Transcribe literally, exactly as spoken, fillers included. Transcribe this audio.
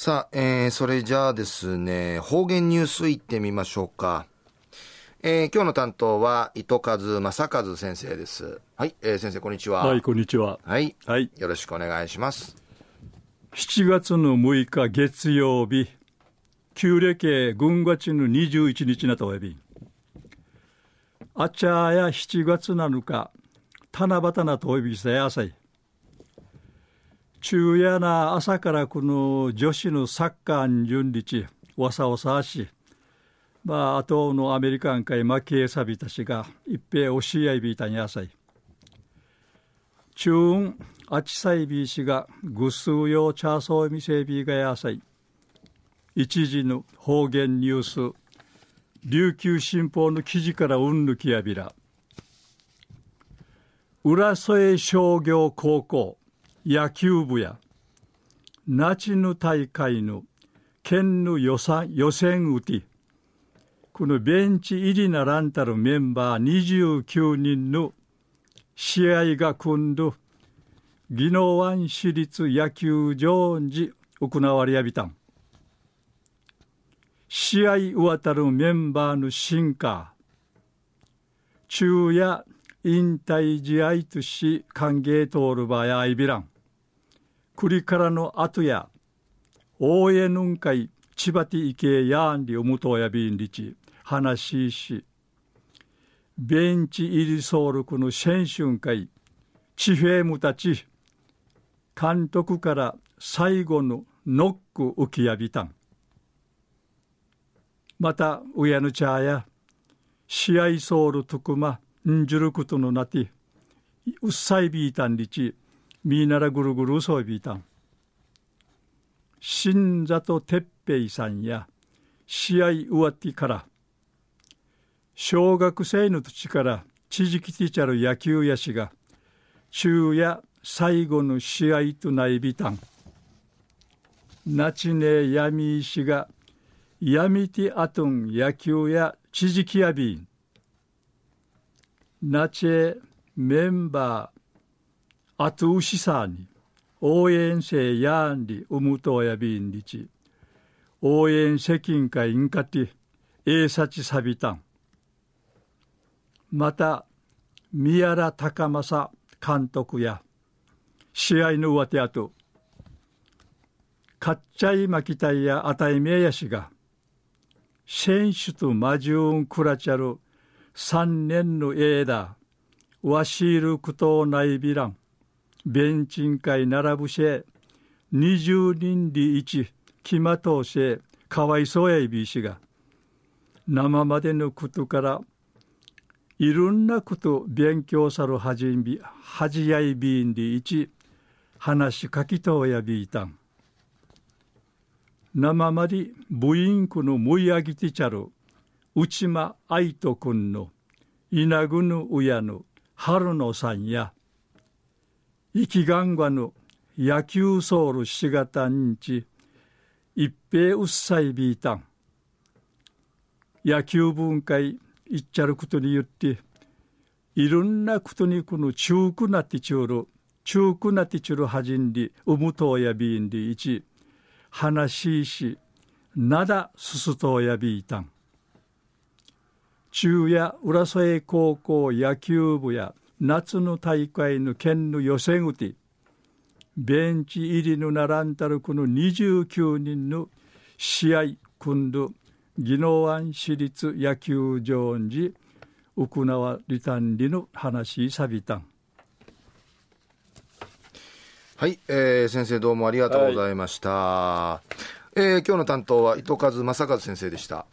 さあ、えー、それじゃあですね、方言ニュースいってみましょうか。えー、今日の担当は糸数正和先生です。はい、えー、先生こんにちは。 はい、こんにちは。 はい、 はい、 よろしくお願いします。 しちがつのむいか月曜日、旧暦軍月のにじゅういちにちなとおやび。あちゃやしちがつなのか、七夕なとおやびさやさい。昼夜な朝からこの女子のサッカーに順日、わさわさし、まあ、あとのアメリカン会負けさびたしが、一平押し合いびいたんやさい。中あちさいびいしが、ぐすうようちゃそうみせびがやさい。一時の方言ニュース、琉球新報の記事からうんぬきやびら。浦添商業高校野球部や、那智の大会の県の予算予選うて、このベンチ入りならんたるメンバーにじゅうきゅうにんの試合が組んど、宜野湾市立野球場に行われやびたん。試合うわたるメンバーの進化、昼夜引退試合とし歓迎通る場やあいびらん。くりからの後や、応援運会、千葉ティ池やんりおむとやびんりち、話しし、ベンチ入り総力の選手会、地平むたち、監督から最後のノック浮きやびたん。また、親の茶や、試合ソウルとくま、んじゅることのなて、うっさいびいたんりち、みならぐるぐるそうびいたん。新里哲平さんや、試合終わってから、小学生の土から、地域ティチャル野球やしが、昼夜最後の試合とないびたん。なちねやみいしが、やみてあとん野球や地域やびん。なちえメンバー、あとうしさに、応援生やんりうむとやびんりち、応援責任会んかて、えいさちさびたん。また、宮良高政監督や、試合の上手あと、かっちゃいまきたいやあたいめやしが、選手とまじゅうんくらちゃるさんねんの間、わしいることないびらん、ベンチン会並ぶせ、にじゅうにんりいち、きまとうせ、かわいそうやいびいしが、生までのことから、いろんなこと勉強さるはじび、はじやいびんりいち、話書きとうやびいたん。生まり部員区のむいあぎてちゃる、内間愛斗くんの、稲ぐぬうやの春野さんや、生きがんがの野球ソウルしがたんち、一平うっさいびいたん。野球文会いっちゃることによって、いろんなことにこの中くなってちゅうる、中くなってちゅうるはじんり、うむとうやびんりいち、話しし、なだすすとうやびいたん。中や浦添高校野球部や夏の大会の県の予選うて、ベンチ入りのならんたるこのにじゅうきゅうにんの試合組んど、宜野湾市立野球場に行われたんりの話さびたん。 はい、えー、先生どうもありがとうございました。はい、えー、今日の担当は糸数正和先生でした。